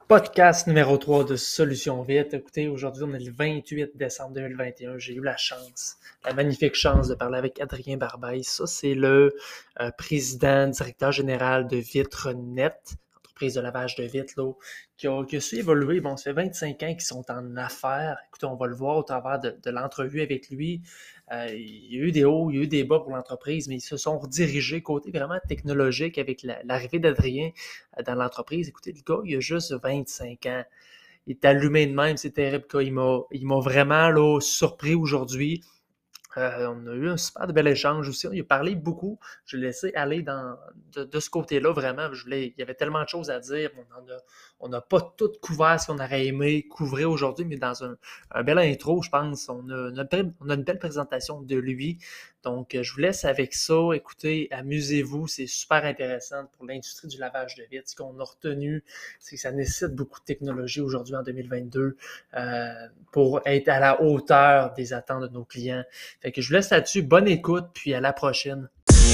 Podcast numéro 3 de Solutions Vite. Écoutez, aujourd'hui, on est le 28 décembre 2021. J'ai eu la magnifique chance de parler avec Adrien Barbaise. Ça, c'est le président, directeur général de Vitrenet, entreprise de lavage de vitres, là, qui a su évoluer. Bon, ça fait 25 ans qu'ils sont en affaires. Écoutez, on va le voir au travers de l'entrevue avec lui. Il y a eu des hauts, il y a eu des bas pour l'entreprise, mais ils se sont redirigés côté vraiment technologique avec l'arrivée d'Adrien dans l'entreprise. Écoutez, le gars, il a juste 25 ans. Il est allumé de même, c'est terrible. Il m'a vraiment là, surpris aujourd'hui. On a eu un super de bel échange aussi. Il a parlé beaucoup. Je l'ai laissé aller de ce côté-là, vraiment. Il y avait tellement de choses à dire. On n'a pas tout couvert ce qu'on aurait aimé couvrir aujourd'hui, mais dans un bel intro, je pense. On a une belle présentation de lui. Donc, je vous laisse avec ça. Écoutez, amusez-vous. C'est super intéressant pour l'industrie du lavage de vitres. Ce qu'on a retenu, c'est que ça nécessite beaucoup de technologie aujourd'hui en 2022 pour être à la hauteur des attentes de nos clients. Fait que je vous laisse là-dessus. Bonne écoute, puis à la prochaine.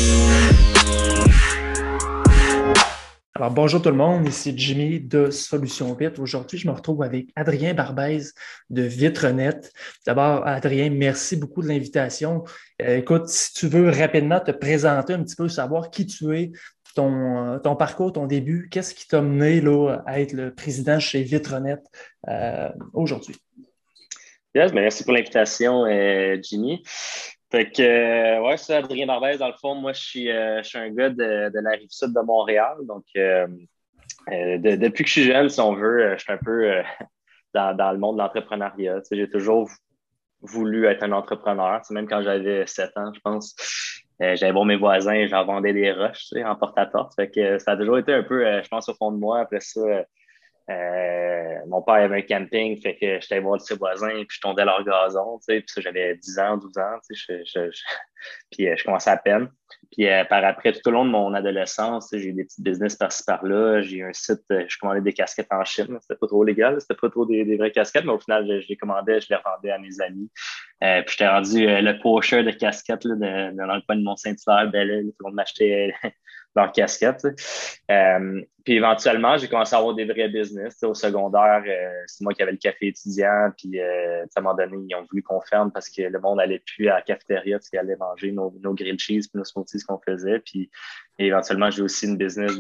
Alors, bonjour tout le monde, ici Jimmy de Solutions Vite. Aujourd'hui, je me retrouve avec Adrien Barbaise de Vitrenet. D'abord, Adrien, merci beaucoup de l'invitation. Écoute, si tu veux rapidement te présenter un petit peu, savoir qui tu es, ton parcours, ton début, qu'est-ce qui t'a mené là, à être le président chez Vitrenet aujourd'hui? Yes, ben merci pour l'invitation, Jimmy. Fait que, ouais, c'est Adrien Barbès. Dans le fond, moi, je suis un gars de la Rive-Sud de Montréal. Donc, depuis que je suis jeune, si on veut, je suis un peu dans le monde de l'entrepreneuriat. Tu sais, j'ai toujours voulu être un entrepreneur. Tu sais, même quand j'avais 7 ans, je pense, j'allais voir mes voisins et j'en vendais des roches, tu sais, en porte-à-porte. Fait que ça a toujours été un peu, je pense, au fond de moi. Après ça, mon père avait un camping, fait que j'étais voir ses voisins, puis je tondais leur gazon, tu sais, puis ça, j'avais 10 ans, 12 ans, tu sais, puis je commençais à peine. Puis par après, tout au long de mon adolescence, tu sais, j'ai eu des petits business par-ci par-là, j'ai eu un site, je commandais des casquettes en Chine, c'était pas trop légal, c'était pas trop des vraies casquettes, mais au final, je les commandais, je les revendais à mes amis. Puis j'étais rendu le pocheur de casquettes là, dans le coin de Mont-Saint-Hilaire, Belleuil, tout le monde m'achetait leurs casquettes. Puis éventuellement, j'ai commencé à avoir des vrais business. Au secondaire, c'est moi qui avais le café étudiant. Puis à un moment donné, ils ont voulu qu'on ferme parce que le monde n'allait plus à la cafétéria, ils allaient manger nos grilled cheese puis nos smoothies qu'on faisait. Puis et éventuellement, j'ai aussi une business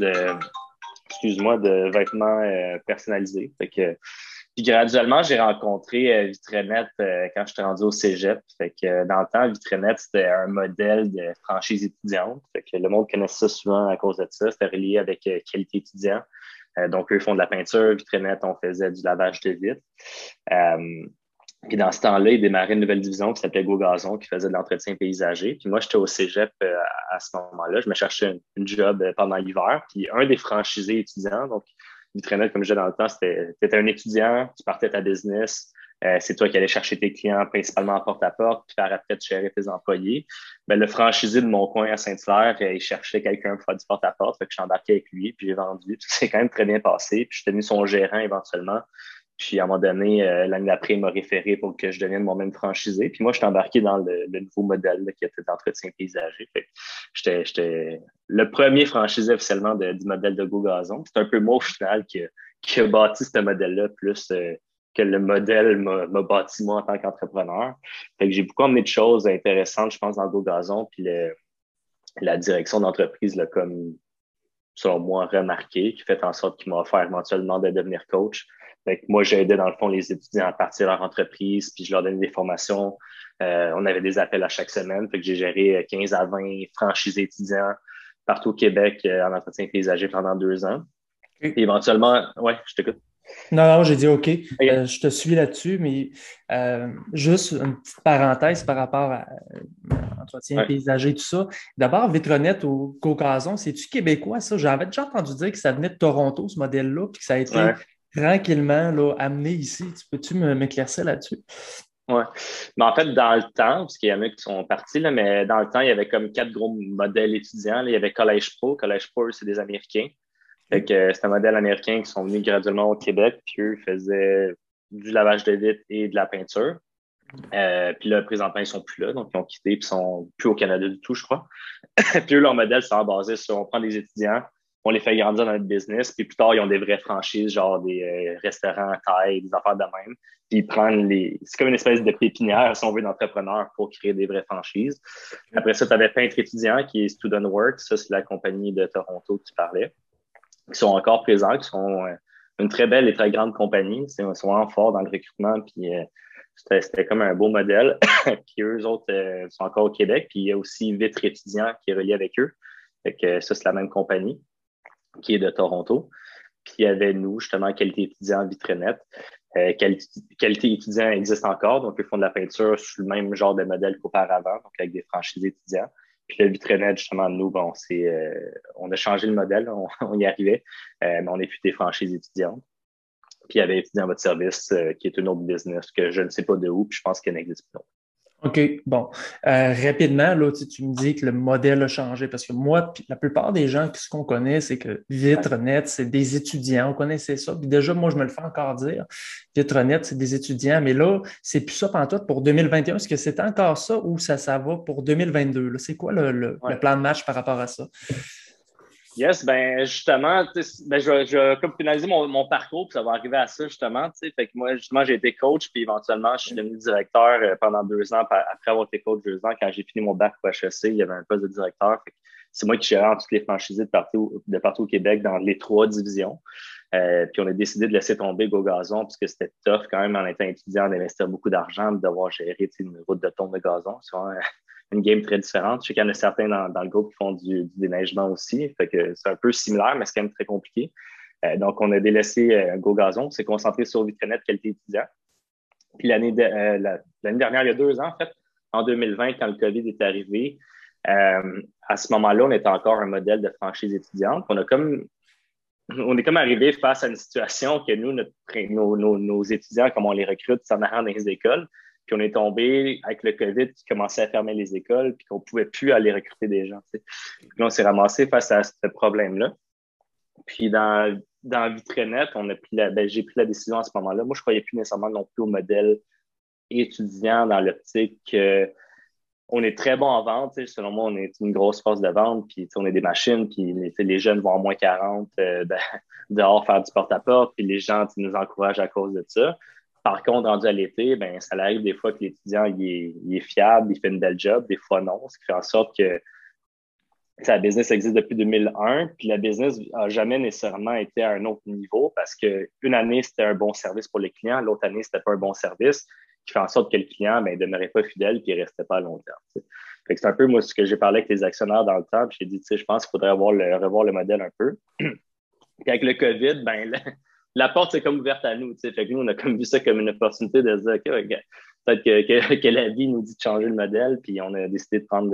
de vêtements personnalisés. Fait que, puis graduellement, j'ai rencontré Vitrenet quand je suis rendu au cégep. Fait que dans le temps, Vitrenet, c'était un modèle de franchise étudiante. Fait que le monde connaissait ça souvent à cause de ça. C'était relié avec qualité étudiant. Donc, eux font de la peinture. Vitrenet, on faisait du lavage de vitres. Euh, puis dans ce temps-là, il démarrait une nouvelle division qui s'appelait Go Gazon, qui faisait de l'entretien paysager. Puis moi, j'étais au cégep à ce moment-là. Je me cherchais une job pendant l'hiver. Puis un des franchisés étudiants, donc Vitrenet, comme je disais dans le temps, c'était un étudiant, tu partais ta business, c'est toi qui allais chercher tes clients principalement en porte-à-porte, puis par après, tu gérais tes employés. Ben, le franchisé de mon coin à Saint-Hilaire, il cherchait quelqu'un pour faire du porte-à-porte, fait que je suis embarqué avec lui, puis j'ai vendu, puis c'est quand même très bien passé, puis je suis devenu son gérant éventuellement. Puis à un moment donné, l'année d'après, il m'a référé pour que je devienne moi-même franchisé. Puis moi, je suis embarqué dans le nouveau modèle là, qui était d'entretien paysager. Fait que j'étais le premier franchisé officiellement du modèle de Go Gazon. C'est un peu moi au final qui a bâti ce modèle-là, plus que le modèle m'a bâti moi en tant qu'entrepreneur. Fait que j'ai beaucoup emmené de choses intéressantes, je pense, dans Go Gazon. Puis la direction d'entreprise l'a comme, selon moi, remarqué, qui fait en sorte qu'il m'a offert éventuellement de devenir coach. Fait que moi, j'aidais dans le fond les étudiants à partir de leur entreprise, puis je leur donnais des formations. On avait des appels à chaque semaine. Fait que j'ai géré 15 à 20 franchisés étudiants partout au Québec en entretien paysager pendant 2 ans. Puis OK. éventuellement, ouais, je t'écoute. Non, non, j'ai dit OK. OK. Je te suis là-dessus, mais juste une petite parenthèse par rapport à entretien Ouais. paysager, tout ça. D'abord, Vitronette au Caucason, c'est-tu québécois, ça? J'avais déjà entendu dire que ça venait de Toronto, ce modèle-là, puis que ça a été Ouais. tranquillement là, amené ici. Tu peux-tu m'éclaircir là-dessus? Ouais. Mais en fait, dans le temps, parce qu'il y en a qui sont partis, là, mais dans le temps, il y avait comme 4 gros modèles étudiants, là. Il y avait Collège Pro. Collège Pro, c'est des Américains. Fait OK. que c'est un modèle américain qui sont venus graduellement au Québec, puis eux faisaient du lavage de vitres et de la peinture. Puis là, présentement, ils sont plus là, donc ils ont quitté, puis ils sont plus au Canada du tout, je crois. Puis eux, leur modèle, c'est basé sur on prend des étudiants, on les fait grandir dans notre business. Puis plus tard, ils ont des vraies franchises, genre des restaurants à taille, des affaires de même. Puis ils prennent c'est comme une espèce de pépinière, si on veut, d'entrepreneurs pour créer des vraies franchises. Après ça, tu avais Peintre étudiant, qui est Student Work. Ça, c'est la compagnie de Toronto que tu parlais, qui sont encore présents, qui sont une très belle et très grande compagnie. Ils sont vraiment forts dans le recrutement. Puis c'était comme un beau modèle. Puis eux autres sont encore au Québec. Puis il y a aussi Vitre étudiant qui est relié avec eux. Fait que ça, c'est la même compagnie qui est de Toronto. Puis il y avait nous, justement, Qualité étudiant Vitrenet. Qualité étudiant existe encore, donc ils font de la peinture sur le même genre de modèle qu'auparavant, donc avec des franchises étudiants. Puis le Vitrenet, justement, nous, bon, on a changé le modèle, on y arrivait, mais on n'est plus des franchises étudiantes. Puis il y avait Étudiant votre service, qui est une autre business que je ne sais pas de où, puis je pense qu'elle n'existe pas. OK, bon. Rapidement, là, tu me dis que le modèle a changé parce que moi, puis la plupart des gens, ce qu'on connaît, c'est que Vitrenet, c'est des étudiants. On connaissait ça. Puis déjà, moi, je me le fais encore dire. Vitrenet, c'est des étudiants. Mais là, c'est plus ça pantoute pour 2021. Est-ce que c'est encore ça ou ça va pour 2022? Là? C'est quoi le Ouais. plan de match par rapport à ça? Yes, ben justement, ben, je vais comme finaliser mon parcours, puis ça va arriver à ça, justement. Fait que moi, justement, j'ai été coach, puis éventuellement, je suis devenu directeur pendant 2 ans. Après avoir été coach 2 ans, quand j'ai fini mon bac au HEC, il y avait un poste de directeur. Fait que c'est moi qui gérais en toutes les franchisés de partout au Québec dans les 3 divisions. Puis on a décidé de laisser tomber Go Gazon, parce que c'était tough quand même en étant étudiant d'investir beaucoup d'argent, de devoir gérer une route de tombe de gazon. C'est vraiment une game très différente. Je sais qu'il y en a certains dans le groupe qui font du déneigement aussi. Fait que c'est un peu similaire, mais c'est quand même très compliqué. Donc, on a délaissé Go Gazon. On s'est concentré sur Vitrenet qualité étudiant. Puis l'année dernière, il y a 2 ans, en fait, en 2020, quand le COVID est arrivé, à ce moment-là, on était encore un modèle de franchise étudiante. On est comme arrivé face à une situation que nous, nos étudiants, comme on les recrute, s'en allant dans les écoles. Puis on est tombé avec le COVID qui commençait à fermer les écoles, puis qu'on ne pouvait plus aller recruter des gens. Puis là, on s'est ramassé face à ce problème-là. Puis dans Vitrenet, j'ai pris la décision à ce moment-là. Moi, je ne croyais plus nécessairement non plus au modèle étudiant dans l'optique. On est très bon en vente. Selon moi, on est une grosse force de vente. Puis on est des machines. Puis les jeunes vont en moins 40 dehors faire du porte-à-porte. Puis les gens nous encouragent à cause de ça. Par contre, rendu à l'été, ben ça arrive des fois que l'étudiant il est fiable, il fait une belle job. Des fois, non. Ce qui fait en sorte que la business existe depuis 2001. Puis la business n'a jamais nécessairement été à un autre niveau parce qu'une année, c'était un bon service pour les clients. L'autre année, c'était pas un bon service, qui fait en sorte que le client ne demeurait pas fidèle et ne restait pas à long terme. Fait que c'est un peu moi ce que j'ai parlé avec les actionnaires dans le temps. Puis j'ai dit, je pense qu'il faudrait revoir le modèle un peu. Puis avec le COVID, ben la porte s'est comme ouverte à nous. Fait que nous, on a comme vu ça comme une opportunité de se dire, OK, peut-être que la vie nous dit de changer le modèle. Puis on a décidé de prendre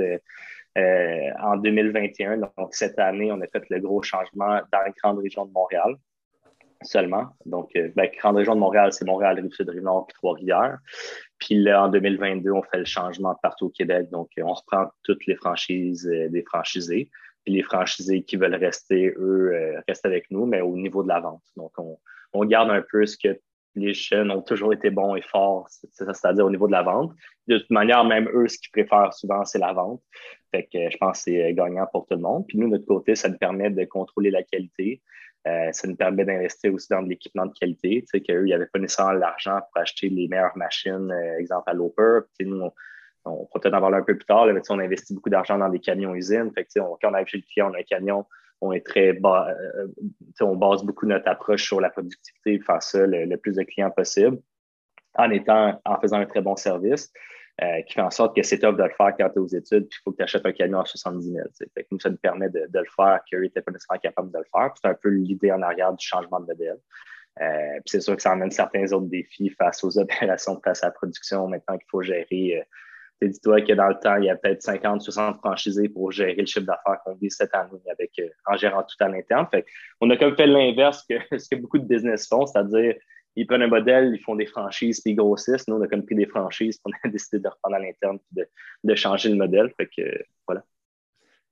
en 2021. Donc, cette année, on a fait le gros changement dans la grande région de Montréal seulement. Donc, grande région de Montréal, c'est Montréal, Rive-Sud, Rive-Nord, puis Trois-Rivières. Puis là, en 2022, on fait le changement partout au Québec. Donc, on reprend toutes les franchises des franchisés. Puis les franchisés qui veulent rester, eux, restent avec nous, mais au niveau de la vente. Donc, on garde un peu ce que les jeunes ont toujours été bons et forts, c'est-à-dire au niveau de la vente. De toute manière, même eux, ce qu'ils préfèrent souvent, c'est la vente. Fait que je pense que c'est gagnant pour tout le monde. Puis nous, de notre côté, ça nous permet de contrôler la qualité. Ça nous permet d'investir aussi dans de l'équipement de qualité. Tu sais, qu'eux, ils n'avaient pas nécessairement l'argent pour acheter les meilleures machines, exemple à Loper. Puis nous, on pourra peut-être en parler un peu plus tard, là, mais on investit beaucoup d'argent dans des camions usines. Fait que, quand on arrive chez le client, on a un camion, on est très bas, on base beaucoup notre approche sur la productivité, faire ça le plus de clients possible, en faisant un très bon service. Qui fait en sorte que c'est top de le faire quand tu es aux études, puis il faut que tu achètes un camion à 70 000. Fait que nous, ça nous permet de le faire, qu'eux n'étaient pas nécessairement capables de le faire. C'est un peu l'idée en arrière du changement de modèle. Puis c'est sûr que ça amène certains autres défis face aux opérations, face à la production, maintenant qu'il faut gérer. Dis-toi que dans le temps, il y a peut-être 50, 60 franchisés pour gérer le chiffre d'affaires qu'on vit cette année en gérant tout à l'interne. Fait on a comme fait l'inverse que ce que beaucoup de business font, c'est-à-dire ils prennent un modèle, ils font des franchises, puis ils grossissent. Nous, on a comme pris des franchises, puis on a décidé de reprendre à l'interne, puis de changer le modèle. Fait que voilà.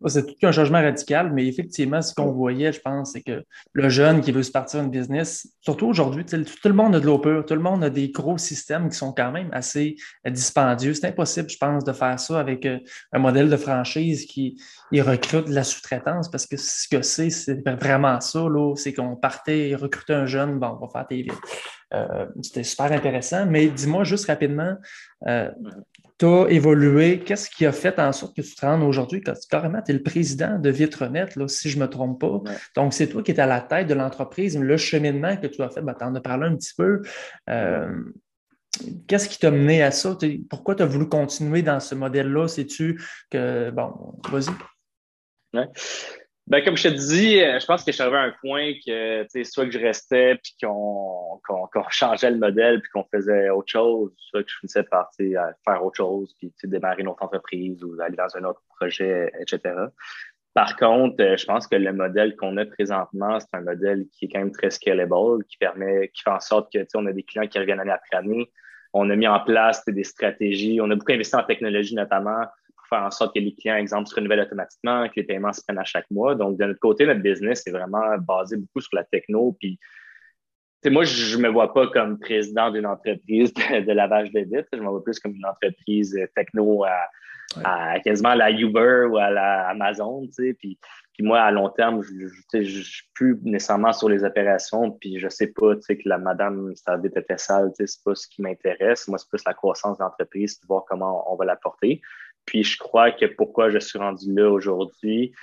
C'est tout un changement radical, mais effectivement, ce qu'on voyait, je pense, c'est que le jeune qui veut se partir une business, surtout aujourd'hui, tout le monde a de l'eau pure, tout le monde a des gros systèmes qui sont quand même assez dispendieux. C'est impossible, je pense, de faire ça avec un modèle de franchise qui il recrute de la sous-traitance parce que ce que c'est vraiment ça, là, c'est qu'on partait et recrutait un jeune, bon, on va faire tes vies. C'était super intéressant, mais dis-moi juste rapidement, euh, tu as évolué. Qu'est-ce qui a fait en sorte que tu te rendes aujourd'hui? Carrément, tu es le président de Vitronet, là, si je ne me trompe pas. Ouais. Donc, c'est toi qui es à la tête de l'entreprise. Le cheminement que tu as fait, ben, tu en as parlé un petit peu. Euh, Qu'est-ce qui t'a mené à ça? Pourquoi tu as voulu continuer dans ce modèle-là? Sais-tu que, bon, vas-y. Ouais. Ben, comme je te dis, je pense que je suis arrivé à un point que, tu sais, soit que je restais puis qu'on changeait le modèle puis qu'on faisait autre chose, soit que je finissais par, tu sais, faire autre chose puis, tu sais, démarrer une autre entreprise ou aller dans un autre projet, etc. Par contre, je pense que le modèle qu'on a présentement, c'est un modèle qui est quand même très scalable, qui fait en sorte que, tu sais, on a des clients qui reviennent année après année. On a mis en place des stratégies. On a beaucoup investi en technologie, notamment, pour faire en sorte que les clients, exemple, se renouvellent automatiquement, que les paiements se prennent à chaque mois. Donc, de notre côté, notre business est vraiment basé beaucoup sur la techno. Puis, tu sais, moi, je me vois pas comme président d'une entreprise de lavage de vitres. Je me vois plus comme une entreprise techno Ouais. à quasiment à la Uber ou à la Amazon, tu sais. Puis moi, à long terme, je suis plus nécessairement sur les opérations, puis je sais pas, tu sais, que la madame Starvit était sale, tu sais, c'est pas ce qui m'intéresse. Moi, c'est plus la croissance de l'entreprise, puis voir comment on va la porter. Puis je crois que pourquoi je suis rendu là aujourd'hui,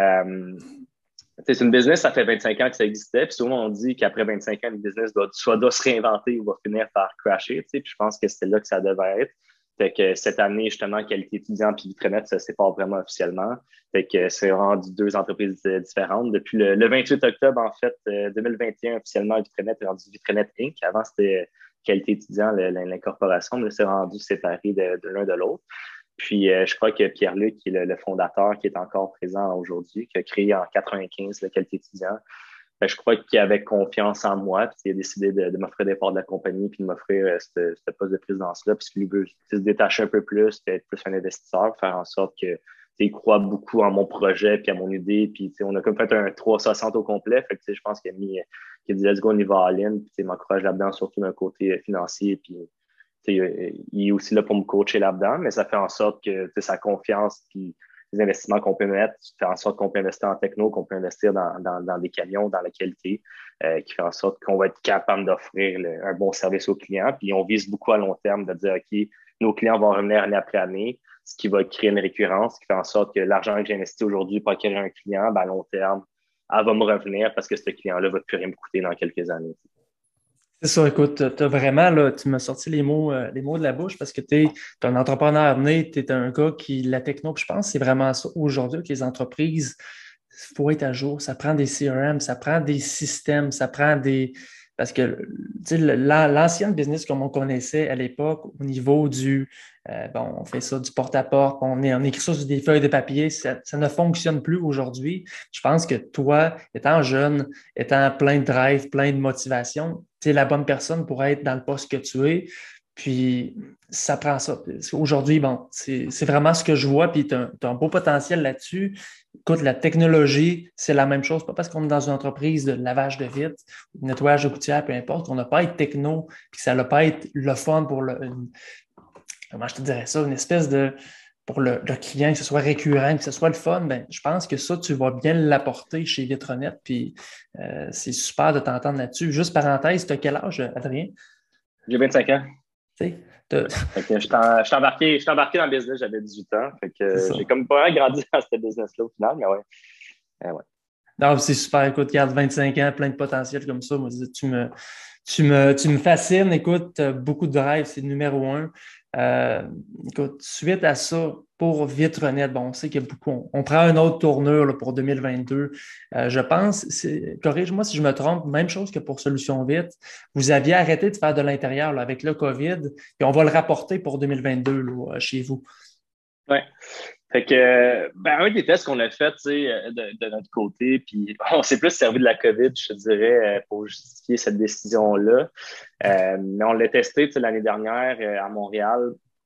c'est une business, ça fait 25 ans que ça existait, puis souvent on dit qu'après 25 ans, le business doit se réinventer ou va finir par crasher, tu sais, puis je pense que c'était là que ça devait être. Fait que cette année, justement, Qualité étudiant puis Vitronet, ça se sépare vraiment officiellement. Fait que c'est rendu deux entreprises différentes. Depuis le 28 octobre, en fait, 2021, officiellement, Vitronet est rendu Vitronet Inc. Avant, c'était Qualité étudiant, l'incorporation, mais c'est rendu séparé de l'un de l'autre. Puis, je crois que Pierre-Luc, qui est le fondateur, qui est encore présent aujourd'hui, qui a créé en 95 le Qualité étudiant, je crois qu'il avait confiance en moi, puis il a décidé de m'offrir des parts de la compagnie, puis de m'offrir ce poste de présidence-là, parce qu'il veut se détacher un peu plus, puis être plus un investisseur, faire en sorte que il croit beaucoup en mon projet, puis à mon idée, puis on a comme fait un 360 au complet, fait que je pense qu'il a dit let's go, on y va all-in, puis il m'encourage là-dedans, surtout d'un côté financier, puis il est aussi là pour me coacher là-dedans, mais ça fait en sorte que sa confiance, puis les investissements qu'on peut mettre, qui fait en sorte qu'on peut investir en techno, qu'on peut investir dans des camions, dans la qualité, qui fait en sorte qu'on va être capable d'offrir un bon service aux clients. Puis on vise beaucoup à long terme de dire, OK, nos clients vont revenir année après année, ce qui va créer une récurrence, ce qui fait en sorte que l'argent que j'ai investi aujourd'hui pour acquérir un client, ben, à long terme, elle va me revenir parce que ce client-là va plus rien me coûter dans quelques années. C'est ça, écoute, t'as vraiment, là, tu m'as sorti les mots de la bouche parce que tu es un entrepreneur né, tu es un gars qui, la techno, puis je pense que c'est vraiment ça aujourd'hui que les entreprises, il faut être à jour, ça prend des CRM, ça prend des systèmes, ça prend des... Parce que tu sais, l'ancienne business comme on connaissait à l'époque, au niveau du, bon, on fait ça du porte-à-porte, on écrit ça sur des feuilles de papier, ça ne fonctionne plus aujourd'hui. Je pense que toi, étant jeune, étant plein de drive, plein de motivation, tu es la bonne personne pour être dans le poste que tu es. Puis, ça prend ça. Aujourd'hui, bon, c'est vraiment ce que je vois, puis tu as, un beau potentiel là-dessus. Écoute, la technologie, c'est la même chose. Pas parce qu'on est dans une entreprise de lavage de vitres, de nettoyage de gouttières, peu importe, qu'on n'a pas à être techno, puis que ça n'a pas à être le fun pour comment je te dirais ça, une espèce de, pour le client, que ce soit récurrent, que ce soit le fun, ben, je pense que ça, tu vas bien l'apporter chez Vitronet, puis c'est super de t'entendre là-dessus. Juste parenthèse, tu as quel âge, Adrien? J'ai 25 ans. Tu sais, Ouais. Fait que je suis embarqué dans le business, j'avais 18 ans. Fait c'est que ça. j'ai comme pas grandi dans ce business-là au final, mais ouais. Ouais. Non, c'est super. Écoute, garde 25 ans, plein de potentiel comme ça. Moi, tu me fascines. Écoute, beaucoup de drive, c'est le numéro un. Euh, Écoute, suite à ça, pour Vitronet, bon, on sait qu'il y a beaucoup. On prend une autre tournure là, pour 2022. Je pense, corrige-moi si je me trompe, même chose que pour Solution Vite. Vous aviez arrêté de faire de l'intérieur là, avec le COVID, et on va le rapporter pour 2022 là, chez vous. Ouais. Fait que, ben, un des tests qu'on a fait, tu sais, de notre côté, puis on s'est plus servi de la COVID, je te dirais, pour justifier cette décision-là. Mais on l'a testé, tu sais, l'année dernière à Montréal.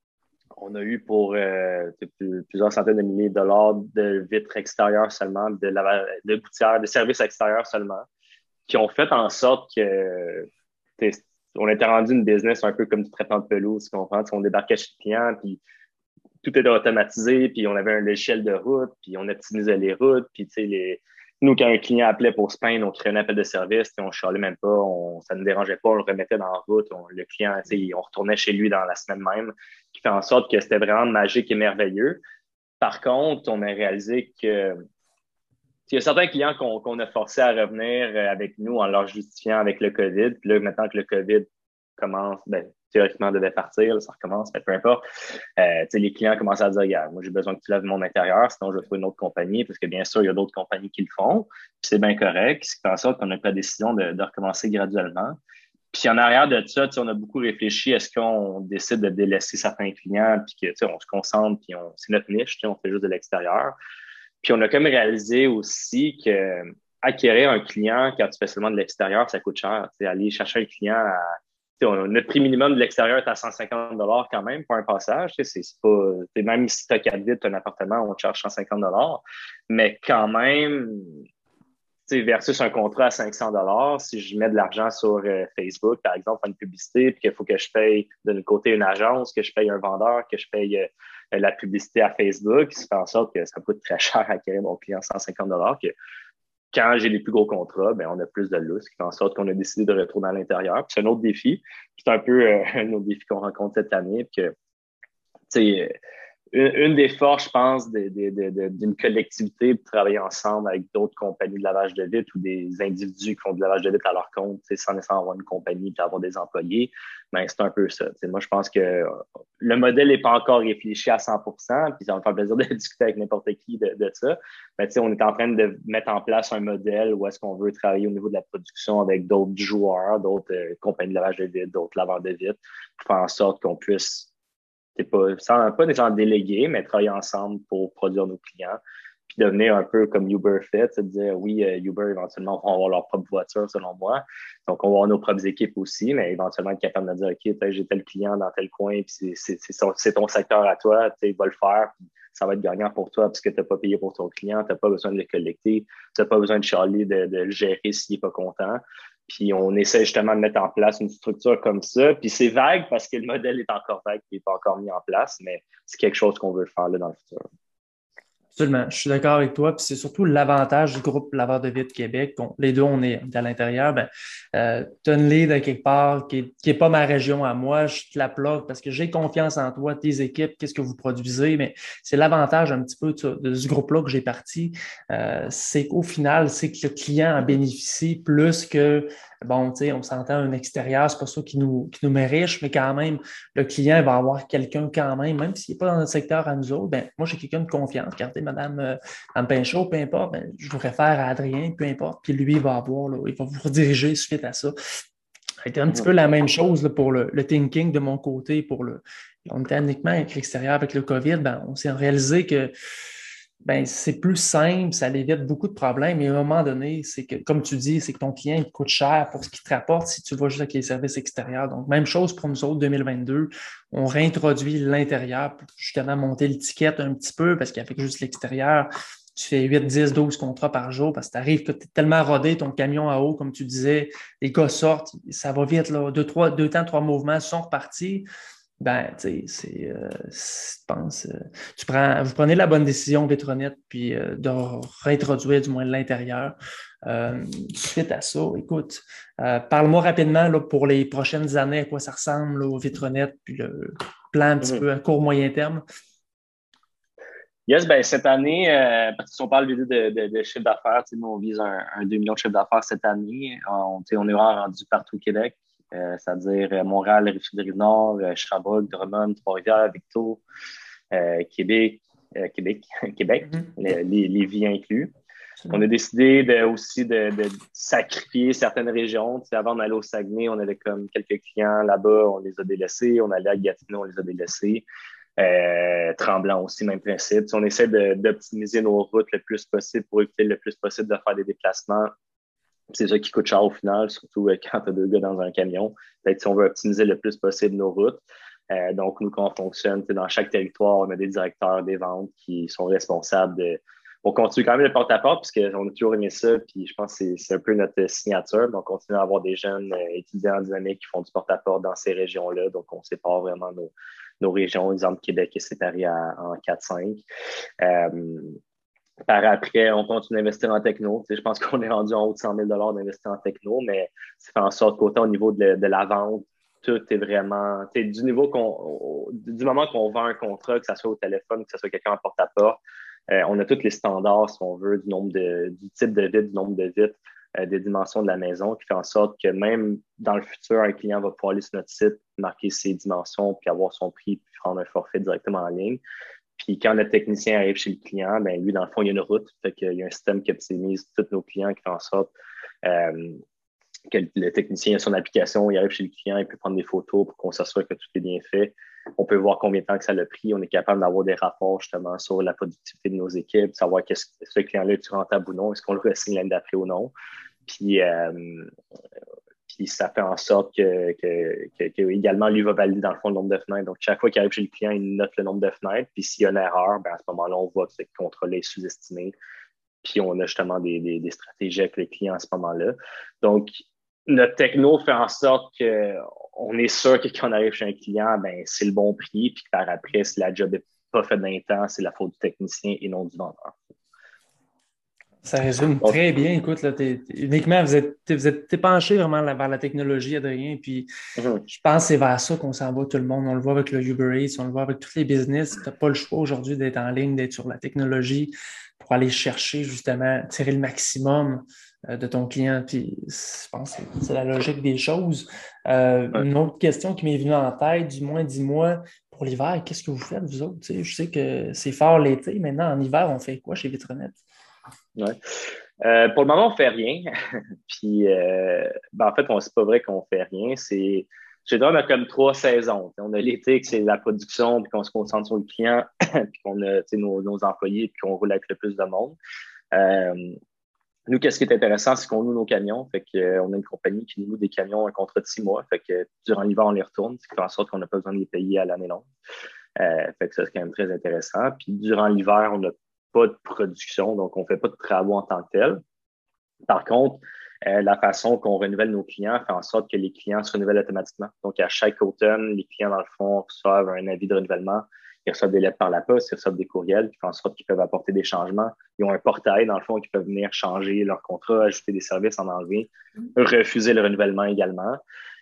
On a eu pour plusieurs centaines de milliers de dollars de vitres extérieures seulement, de gouttières, de services extérieurs seulement, qui ont fait en sorte que on était rendu une business un peu comme du traitement de pelouse, tu comprends? On débarquait chez le client, puis tout était automatisé, puis on avait un logiciel de route, puis on optimisait les routes, puis nous, quand un client appelait pour se plaindre, on créait un appel de service, on ne chialait même pas, ça ne nous dérangeait pas, on le remettait dans la route, le client, on retournait chez lui dans la semaine même, qui fait en sorte que c'était vraiment magique et merveilleux. Par contre, on a réalisé que il y a certains clients qu'on a forcé à revenir avec nous en leur justifiant avec le COVID. Puis là, maintenant que le COVID commence, ben, théoriquement, devait partir, là, ça recommence, mais peu importe. Les clients commencent à dire, regarde, moi, j'ai besoin que tu laves mon intérieur, sinon je vais trouver une autre compagnie, parce que bien sûr, il y a d'autres compagnies qui le font. Puis c'est bien correct. Ce qui fait en sorte qu'on a pris la décision de recommencer graduellement. Puis en arrière de ça, on a beaucoup réfléchi, est-ce qu'on décide de délaisser certains clients, puis que on se concentre, puis c'est notre niche, on fait juste de l'extérieur. Puis on a comme réalisé aussi que acquérir un client quand tu fais seulement de l'extérieur, ça coûte cher. Aller chercher un client notre prix minimum de l'extérieur est à 150 quand même pour un passage. C'est pas, même si tu as 4 vitres, un appartement, on te charge 150 mais quand même, versus un contrat à 500 si je mets de l'argent sur Facebook, par exemple, pour une publicité, puis qu'il faut que je paye d'un côté une agence, que je paye un vendeur, que je paye la publicité à Facebook, ça fait en sorte que ça coûte très cher à acquérir mon client 150 que quand j'ai les plus gros contrats, ben, on a plus de lousse, qui fait en sorte qu'on a décidé de retourner à l'intérieur. Puis c'est un autre défi. C'est un peu un autre défi qu'on rencontre cette année. Puis que, une des forces, je pense, d'une collectivité de travailler ensemble avec d'autres compagnies de lavage de vitres ou des individus qui font du lavage de vitres à leur compte, sans nécessairement avoir une compagnie et avoir des employés, ben, c'est un peu ça. Moi, je pense que le modèle n'est pas encore réfléchi à 100%, puis ça va me faire plaisir de discuter avec n'importe qui de ça. Mais on est en train de mettre en place un modèle où est-ce qu'on veut travailler au niveau de la production avec d'autres joueurs, d'autres compagnies de lavage de vitres, d'autres laveurs de vitres, pour faire en sorte qu'on puisse pas nécessairement déléguer, mais travailler ensemble pour produire nos clients. Puis devenir un peu comme Uber fait, c'est de dire oui, Uber, éventuellement, vont avoir leur propre voiture, selon moi. Donc, on va avoir nos propres équipes aussi, mais éventuellement être capable de dire OK, j'ai tel client dans tel coin, puis c'est ton secteur à toi, tu va le faire, puis ça va être gagnant pour toi parce que tu n'as pas payé pour ton client, tu n'as pas besoin de le collecter, tu n'as pas besoin de chialer, de le gérer s'il n'est pas content. Puis on essaie justement de mettre en place une structure comme ça. Puis c'est vague parce que le modèle est encore vague, il n'est pas encore mis en place, mais c'est quelque chose qu'on veut faire là dans le futur. Absolument, je suis d'accord avec toi. Puis c'est surtout l'avantage du groupe Laveur de Vitres Québec. Les deux, on est à l'intérieur. Ben, tu as une lead à quelque part qui est pas ma région à moi. Je te la plug parce que j'ai confiance en toi, tes équipes, qu'est-ce que vous produisez. Mais c'est l'avantage un petit peu de ce groupe-là que j'ai parti. C'est qu'au final, c'est que le client en bénéficie plus que, bon, tu sais, on s'entend un extérieur, c'est pas ça qui nous met riche, mais quand même, le client va avoir quelqu'un quand même s'il n'est pas dans notre secteur à nous autres, ben, moi, j'ai quelqu'un de confiance. Regardez, Madame Pinchot, peu importe, ben, je vous réfère à Adrien, peu importe, puis lui, il va avoir, là, il va vous rediriger suite à ça. C'était un petit peu la même chose là, pour le thinking de mon côté. On était uniquement avec l'extérieur, avec le COVID, ben, on s'est réalisé que ben, c'est plus simple, ça évite beaucoup de problèmes. Et à un moment donné, c'est que, comme tu dis, c'est que ton client il coûte cher pour ce qu'il te rapporte si tu vas juste avec les services extérieurs. Donc, même chose pour nous autres, 2022. On réintroduit l'intérieur pour justement monter l'étiquette un petit peu parce qu'avec juste l'extérieur, tu fais 8, 10, 12 contrats par jour parce que tu arrives que tu es tellement rodé, ton camion à eau, comme tu disais, les gars sortent, ça va vite, là, deux temps, trois mouvements sont repartis. Ben, tu sais, je pense, vous prenez la bonne décision, Vitronet, puis de réintroduire du moins l'intérieur. Suite à ça, écoute, parle-moi rapidement là, pour les prochaines années, à quoi ça ressemble là, au Vitronet, puis le plan un petit peu à court, moyen terme. Yes, ben cette année, parce que si on parle de chiffre d'affaires, nous, on vise un 2 millions de chiffre d'affaires cette année. On est vraiment rendu partout au Québec, c'est-à-dire Montréal, Rive-Sud-Rive-Nord, Sherbrooke, Drummond, Trois-Rivières, Victo, Québec, Québec, Lévis inclus. On a décidé aussi de sacrifier certaines régions. Avant, on allait au Saguenay, on avait comme quelques clients là-bas, on les a délaissés. On allait à Gatineau, on les a délaissés. Tremblant aussi, même principe. On essaie d'optimiser nos routes le plus possible pour éviter le plus possible de faire des déplacements. C'est ça qui coûte cher au final, surtout quand tu as deux gars dans un camion. Si on veut optimiser le plus possible nos routes. Donc, nous, quand on fonctionne, dans chaque territoire, on a des directeurs des ventes qui sont responsables de. On continue quand même le porte-à-porte parce qu'on a toujours aimé ça, puis je pense que c'est un peu notre signature. Donc, on continue à avoir des jeunes étudiants dynamiques qui font du porte-à-porte dans ces régions-là. Donc, on sépare vraiment nos régions. Exemple, Québec est séparé en 4-5. Par après, on continue d'investir en techno. Je pense qu'on est rendu en haut de 100 000 d'investir en techno, mais ça fait en sorte qu'autant au niveau de la vente, tout est vraiment, du moment qu'on vend un contrat, que ce soit au téléphone, que ce soit quelqu'un en porte-à-porte, on a tous les standards, si on veut, du type de vitre, du nombre de vitres, des dimensions de la maison, qui fait en sorte que même dans le futur, un client va pouvoir aller sur notre site, marquer ses dimensions, puis avoir son prix, puis prendre un forfait directement en ligne. Puis quand le technicien arrive chez le client, ben lui, dans le fond, il y a une route. Fait qu'il y a un système qui optimise tous nos clients qui fait en sorte que le technicien a son application, il arrive chez le client, il peut prendre des photos pour qu'on s'assure que tout est bien fait. On peut voir combien de temps que ça l'a pris. On est capable d'avoir des rapports justement sur la productivité de nos équipes, savoir qu'est-ce que ce client-là est rentable ou non, est-ce qu'on le re-signe l'année d'après ou non. Puis ça fait en sorte que également, lui va valider dans le fond le nombre de fenêtres. Donc, chaque fois qu'il arrive chez le client, il note le nombre de fenêtres. Puis s'il y a une erreur, ben, à ce moment-là, on voit que ce contrôle est sous-estimé. Puis on a justement des stratégies avec les clients à ce moment-là. Donc, notre techno fait en sorte qu'on est sûr que quand on arrive chez un client, ben, c'est le bon prix. Puis par après, si la job n'est pas faite dans les temps, c'est la faute du technicien et non du vendeur. Ça résume Donc, très bien. Écoute, là, uniquement, vous êtes penché vraiment vers la technologie, Adrien, puis mm-hmm. je pense que c'est vers ça qu'on s'en va tout le monde. On le voit avec le Uber Eats, on le voit avec tous les business. Tu n'as pas le choix aujourd'hui d'être en ligne, d'être sur la technologie pour aller chercher justement, tirer le maximum de ton client. Puis je pense que c'est la logique des choses. Ouais. Une autre question qui m'est venue en tête, du moins, dis-moi, pour l'hiver, qu'est-ce que vous faites, vous autres? Tu sais, je sais que c'est fort l'été. Maintenant, en hiver, on fait quoi chez Vitronette? Ouais. Pour le moment, on fait rien. Puis, ben, en fait, c'est pas vrai qu'on fait rien. Je dirais, on a comme 3 saisons. On a l'été, que c'est la production, puis qu'on se concentre sur le client, puis qu'on a nos employés, puis qu'on roule avec le plus de monde. Euh, Nous, qu'est-ce qui est intéressant, c'est qu'on loue nos camions. Fait que, on a une compagnie qui nous loue des camions, un contrat de 6 mois. Fait que durant l'hiver, on les retourne, ce qui fait en sorte qu'on n'a pas besoin de les payer à l'année longue. Fait que ça, c'est quand même très intéressant. Puis durant l'hiver, on n'a pas de production, donc on ne fait pas de travaux en tant que tel. Par contre, la façon qu'on renouvelle nos clients fait en sorte que les clients se renouvellent automatiquement. Donc, à chaque automne, les clients, dans le fond, reçoivent un avis de renouvellement. Ils reçoivent des lettres par la poste, ils reçoivent des courriels qui font en sorte qu'ils peuvent apporter des changements. Ils ont un portail, dans le fond, qui peuvent venir changer leur contrat, ajouter des services, en enlever, refuser le renouvellement également.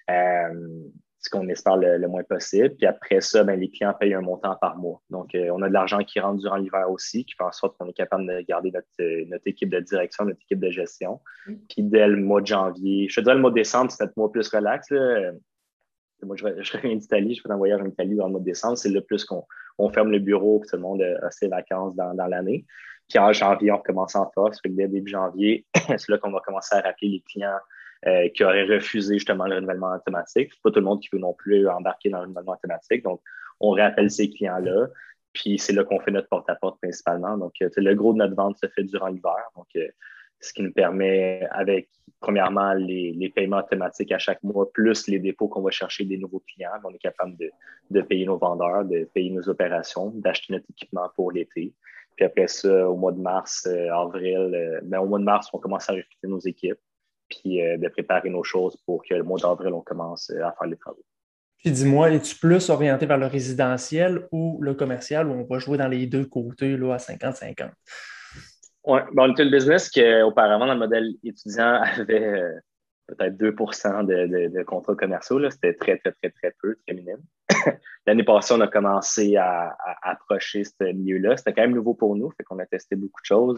Ce qu'on espère le moins possible. Puis après ça, ben, les clients payent un montant par mois. Donc, on a de l'argent qui rentre durant l'hiver aussi, qui fait en sorte qu'on est capable de garder notre équipe de direction, notre équipe de gestion. Puis dès le mois de janvier, je te dirais le mois de décembre, c'est notre mois plus relax. Là. Moi, je reviens d'Italie, je fais un voyage en Italie dans le mois de décembre. C'est le plus qu'on ferme le bureau, que tout le monde a ses vacances dans l'année. Puis en janvier, on recommence en force. Fait que dès début janvier, c'est là qu'on va commencer à rappeler les clients qui auraient refusé justement le renouvellement automatique. C'est pas tout le monde qui veut non plus embarquer dans le renouvellement automatique. Donc, on rappelle ces clients-là. Puis c'est là qu'on fait notre porte-à-porte principalement. Donc, le gros de notre vente se fait durant l'hiver. Donc, ce qui nous permet, avec, premièrement, les paiements automatiques à chaque mois, plus les dépôts qu'on va chercher des nouveaux clients, on est capable de payer nos vendeurs, de payer nos opérations, d'acheter notre équipement pour l'été. Puis après ça, au mois de mars, avril, au mois de mars, on commence à recruter nos équipes, puis de préparer nos choses pour que le mois d'avril, on commence à faire les travaux. Puis dis-moi, es-tu plus orienté vers le résidentiel ou le commercial où on va jouer dans les deux côtés là, à 50-50? Oui, on était le business qu'auparavant, dans le modèle étudiant, avait peut-être 2 de contrats commerciaux. Là. C'était très, très, très, très peu, très minime. L'année passée, on a commencé à approcher ce milieu-là. C'était quand même nouveau pour nous, fait qu'on a testé beaucoup de choses.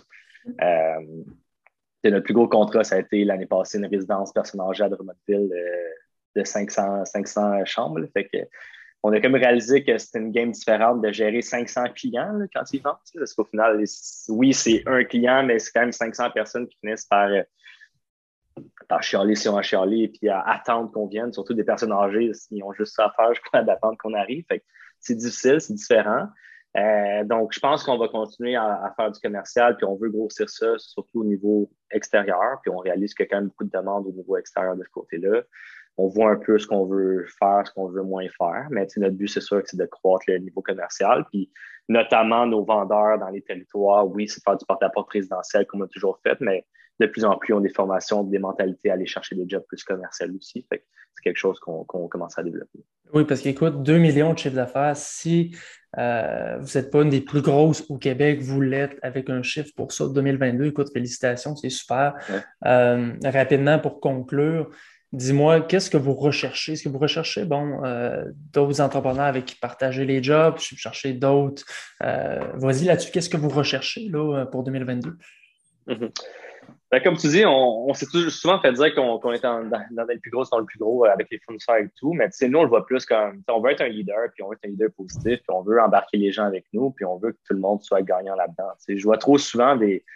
Notre plus gros contrat, ça a été l'année passée une résidence personne âgée à Drummondville de 500 chambres. Là. Fait que, on a comme réalisé que c'était une game différente de gérer 500 clients là, quand ils vendent. Parce qu'au final, oui, c'est un client, mais c'est quand même 500 personnes qui finissent par chialer si on a chialé et puis à attendre qu'on vienne. Surtout des personnes âgées, ils ont juste ça à faire, je crois, d'attendre qu'on arrive. Fait que c'est difficile, c'est différent. Donc, je pense qu'on va continuer à faire du commercial, puis on veut grossir ça, surtout au niveau extérieur, puis on réalise qu'il y a quand même beaucoup de demandes au niveau extérieur de ce côté-là. on voit un peu ce qu'on veut faire, ce qu'on veut moins faire. Mais notre but, c'est sûr que c'est de croître le niveau commercial. Puis notamment nos vendeurs dans les territoires, oui, c'est de faire du porte-à-porte résidentiel comme on a toujours fait, mais de plus en plus, on a des formations, des mentalités à aller chercher des jobs plus commerciaux aussi. Fait que c'est quelque chose qu'on commence à développer. Oui, parce qu'écoute, 2 millions de chiffre d'affaires, si vous n'êtes pas une des plus grosses au Québec, vous l'êtes avec un chiffre pour ça, 2022. Écoute, félicitations, c'est super. Ouais. Rapidement, pour conclure, dis-moi, qu'est-ce que vous recherchez? Est-ce que vous recherchez, bon, d'autres entrepreneurs avec qui partager les jobs? Si vous cherchez d'autres, vas-y là-dessus, qu'est-ce que vous recherchez là, pour 2022? Mhm. Ben, comme tu dis, on s'est souvent fait dire qu'on est dans le plus gros, dans le plus gros avec les fournisseurs et tout, mais nous, on le voit plus comme on veut être un leader, puis on veut être un leader positif, puis on veut embarquer les gens avec nous, puis on veut que tout le monde soit gagnant là-dedans. Je vois trop souvent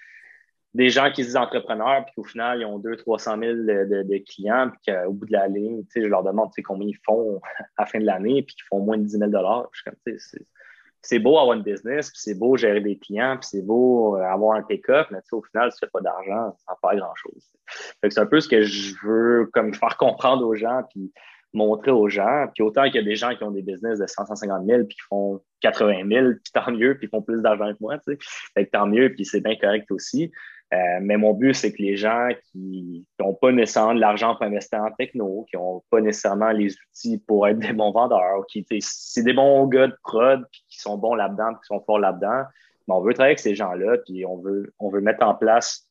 des gens qui se disent entrepreneurs, puis qu'au final, ils ont 200 000, 300 000 de clients, puis qu'au bout de la ligne, je leur demande combien ils font à la fin de l'année, puis qu'ils font moins de 10 000 je suis comme, c'est beau avoir une business, puis c'est beau gérer des clients, puis c'est beau avoir un pick-up, mais au final, si tu fais pas d'argent, ça ne fait pas grand-chose. C'est un peu ce que je veux comme faire comprendre aux gens, puis montrer aux gens. Puis autant qu'il y a des gens qui ont des business de 100, 150 000, puis qui font 80 000, puis tant mieux, puis ils font plus d'argent que moi, tu sais. Fait que tant mieux, puis c'est bien correct aussi. Mais mon but, c'est que les gens qui n'ont pas nécessairement de l'argent pour investir en techno, qui n'ont pas nécessairement les outils pour être des bons vendeurs, qui c'est des bons gars de prod, puis qui sont bons là-dedans, puis qui sont forts là-dedans, mais on veut travailler avec ces gens-là, puis on veut mettre en place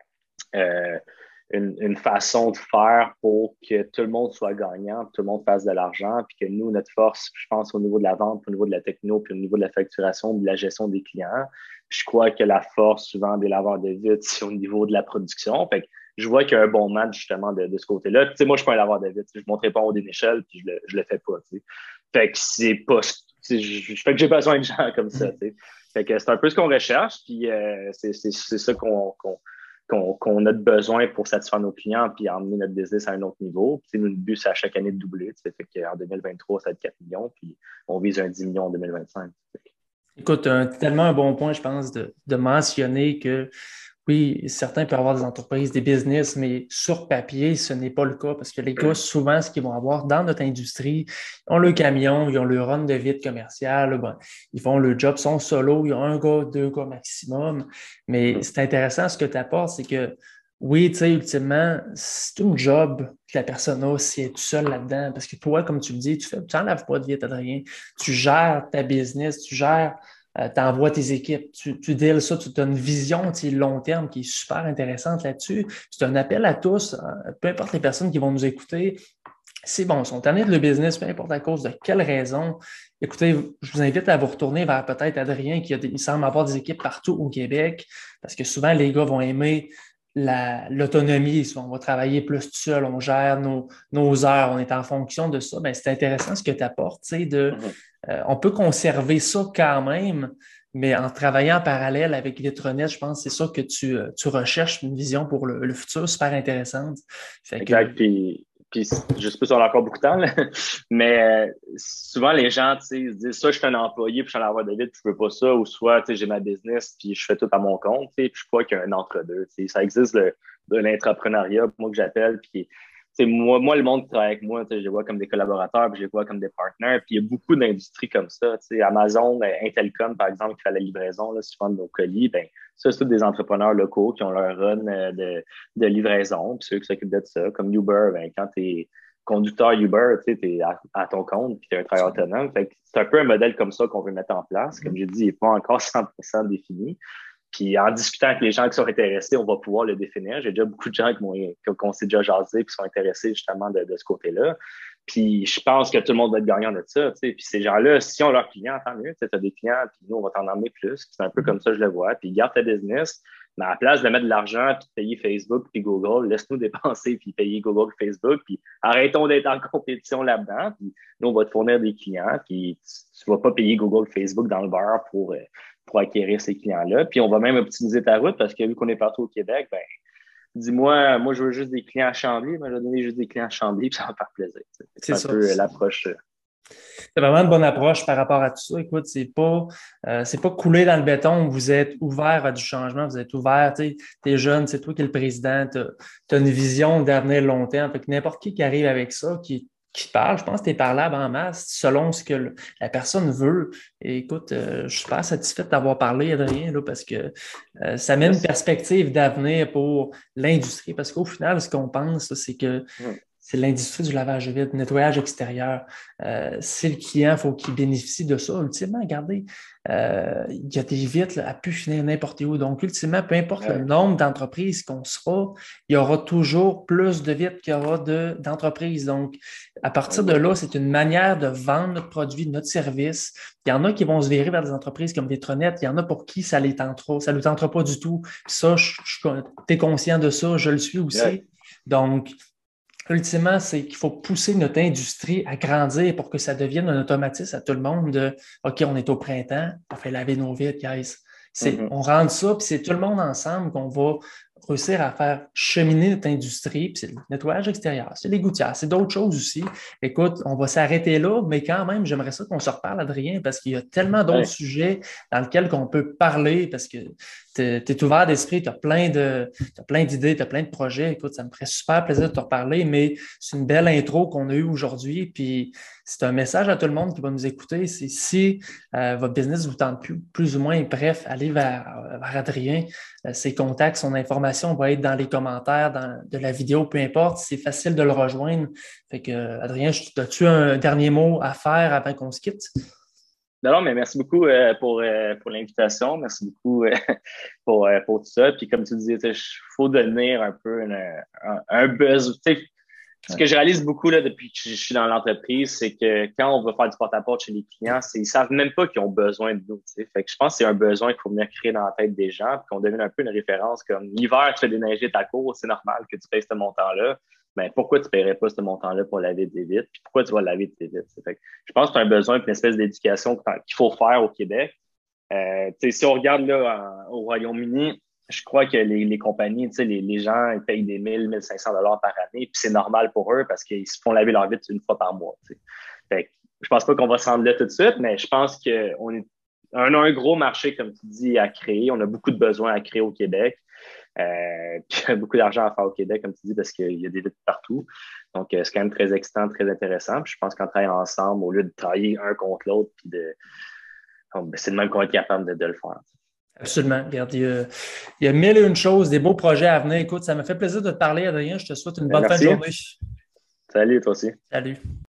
euh, une façon de faire pour que tout le monde soit gagnant, que tout le monde fasse de l'argent, puis que nous, notre force, je pense, au niveau de la vente, au niveau de la techno, puis au niveau de la facturation, de la gestion des clients, je crois que la force, souvent, des laveurs de vitres, c'est au niveau de la production. Fait que je vois qu'il y a un bon match, justement, de ce côté-là. Tu sais, moi, je suis pas un laveur de vitres. Je ne monterai pas en haut d'une échelle, puis je le fais pas, tu sais. Fait que c'est pas... Fait que j'ai besoin de gens comme ça, tu sais. Fait que c'est un peu ce qu'on recherche, puis c'est ça qu'on a besoin pour satisfaire nos clients puis emmener notre business à un autre niveau. Puis, notre but, c'est à chaque année de doubler. Fait qu'en 2023, ça va être 4 millions, puis on vise un 10 millions en 2025. Écoute, tellement un bon point, je pense, de mentionner que oui, certains peuvent avoir des entreprises, des business, mais sur papier, ce n'est pas le cas parce que les gars, souvent, ce qu'ils vont avoir dans notre industrie, ils ont le camion, ils ont le run de vide commercial, bon, ils font le job, sont solo, ils ont un gars, deux gars maximum. Mais c'est intéressant ce que tu apportes, c'est que oui, tu sais, ultimement, c'est un job que la personne a si elle est tout seule là-dedans. Parce que toi, comme tu le dis, tu n'enlèves pas de vie, Adrien. Tu gères ta business, tu gères tu envoies tes équipes, tu deals ça, tu as une vision long terme qui est super intéressante là-dessus. C'est un appel à tous, peu importe les personnes qui vont nous écouter. C'est bon, ils sont tannés de le business, peu importe à cause de quelle raison. Écoutez, je vous invite à vous retourner vers peut-être Adrien, il semble avoir des équipes partout au Québec, parce que souvent les gars vont aimer l'autonomie. On va travailler plus tout seul, on gère nos heures, on est en fonction de ça. Ben, c'est intéressant ce que tu apportes, on peut conserver ça quand même, mais en travaillant en parallèle avec Vitronet, je pense que c'est ça que tu recherches une vision pour le futur super intéressante. Fait que, Exact. Puis je sais pas si on a encore beaucoup de temps, là, mais souvent les gens, tu sais, ils se disent soit je suis un employé puis je suis en avoir de vite, je veux pas ça, ou soit tu sais, j'ai ma business puis je fais tout à mon compte, tu sais, puis je crois qu'il y a un entre-deux. Tu sais, ça existe de l'entrepreneuriat, moi que j'appelle, puis moi, le monde qui travaille avec moi, je les vois comme des collaborateurs, puis je les vois comme des partenaires. Puis il y a beaucoup d'industries comme ça. Amazon, Intelcom, par exemple, qui fait la livraison là, souvent de nos colis, ben, ça, c'est tous des entrepreneurs locaux qui ont leur run de livraison, puis ceux qui s'occupent de ça, comme Uber, ben, quand tu es conducteur Uber, tu es à ton compte, puis tu es un travailleur autonome. Fait que c'est un peu un modèle comme ça qu'on veut mettre en place. Comme j'ai dit, il n'est pas encore 100% défini. Puis en discutant avec les gens qui sont intéressés, on va pouvoir le définir. J'ai déjà beaucoup de gens qu'on s'est déjà jasé qui sont intéressés justement de ce côté-là. Puis je pense que tout le monde va être gagnant de ça. Puis ces gens-là, si on leurs clients, tant mieux. Tu as des clients, puis nous, on va t'en emmener plus. C'est un peu comme ça, je le vois. Puis garde ta business. Mais à la place de mettre de l'argent puis de payer Facebook puis Google, laisse-nous dépenser puis payer Google, Facebook. Puis arrêtons d'être en compétition là-dedans. Puis nous, on va te fournir des clients. Puis tu ne vas pas payer Google, Facebook dans le beurre pour acquérir ces clients-là. Puis on va même optimiser ta route parce que vu qu'on est partout au Québec, ben dis-moi, moi je veux juste des clients à Chambly, ben, je vais donner juste des clients à Chambly, puis ça va me faire plaisir. C'est c'est un ça. peu l'approche. C'est vraiment une bonne approche par rapport à tout ça. Écoute, c'est pas coulé dans le béton. Vous êtes ouvert à du changement, vous êtes ouvert, tu es jeune, c'est toi qui es le président, tu as une vision d'avenir long terme. Fait que n'importe qui arrive avec ça, qui te parle, je pense que tu es parlable en masse selon ce que la personne veut. Et écoute, je suis super satisfait d'avoir parlé, Adrien, là, parce que ça met une Yes. perspective d'avenir pour l'industrie. Parce qu'au final, ce qu'on pense, c'est que Mhm. c'est l'industrie du lavage vide, du nettoyage extérieur. C'est le client, il faut qu'il bénéficie de ça. Ultimement, regardez, il y a des vitres là, à pu finir n'importe où. Donc, ultimement, peu importe le Ouais. nombre d'entreprises qu'on sera, il y aura toujours plus de vitres qu'il y aura d'entreprises. Donc, à partir de là, c'est une manière de vendre notre produit, notre service. Il y en a qui vont se virer vers des entreprises comme Vitronet. Il y en a pour qui ça les tentera, ça ne le tentera pas du tout. Puis ça, tu es conscient de ça, je le suis Ouais. aussi. Donc, ultimement, c'est qu'il faut pousser notre industrie à grandir pour que ça devienne un automatisme à tout le monde de OK, on est au printemps, on fait laver nos vitres, guys. Mhm. On rentre ça, puis c'est tout le monde ensemble qu'on va réussir à faire cheminer notre industrie, puis c'est le nettoyage extérieur, c'est les gouttières, c'est d'autres choses aussi. Écoute, on va s'arrêter là, mais quand même, j'aimerais ça qu'on se reparle, Adrien, parce qu'il y a tellement d'autres Ouais. sujets dans lesquels on peut parler, parce que tu es ouvert d'esprit, tu as plein d'idées, tu as plein de projets. Écoute, ça me ferait super plaisir de te reparler, mais c'est une belle intro qu'on a eue aujourd'hui. Puis c'est un message à tout le monde qui va nous écouter. C'est si votre business vous tente plus ou moins, bref, allez vers Adrien. Ses contacts, son information va être dans les commentaires de la vidéo, peu importe. C'est facile de le rejoindre. Fait que, Adrien, as-tu un dernier mot à faire avant qu'on se quitte? Non, mais merci beaucoup pour l'invitation. Merci beaucoup pour tout ça. Puis comme tu disais, il faut devenir un peu un buzz. Tu sais, ce Ouais. que je réalise beaucoup là, depuis que je suis dans l'entreprise, c'est que quand on va faire du porte-à-porte chez les clients, ils savent même pas qu'ils ont besoin de nous. Tu sais. Fait que je pense que c'est un besoin qu'il faut venir créer dans la tête des gens, puis qu'on devienne un peu une référence. Comme l'hiver, tu fais déneiger ta cour, c'est normal que tu payes ce montant-là. Mais pourquoi tu ne paierais pas ce montant-là pour laver tes vitres? Puis pourquoi tu vas laver tes vitres? Fait que je pense que c'est un besoin, une espèce d'éducation qu'il faut faire au Québec. Si on regarde là, au Royaume-Uni, je crois que les compagnies, les gens ils payent des 1 500 $ par année, puis c'est normal pour eux parce qu'ils se font laver leur vitre une fois par mois. Fait que, je pense pas qu'on va se rendre là tout de suite, mais je pense on a un gros marché, comme tu dis, à créer. On a beaucoup de besoins à créer au Québec. Puis il y a beaucoup d'argent à faire au Québec, comme tu dis, parce qu'il y a des vitres partout. Donc, c'est quand même très excitant, très intéressant. Puis je pense qu'en travaillant ensemble, au lieu de travailler un contre l'autre, puis c'est le même qu'on va être capable de le faire. Absolument. Regarde, il y a mille et une choses, des beaux projets à venir. Écoute, ça m'a fait plaisir de te parler, Adrien. Je te souhaite une bonne fin de Merci. journée. Salut, toi aussi. Salut.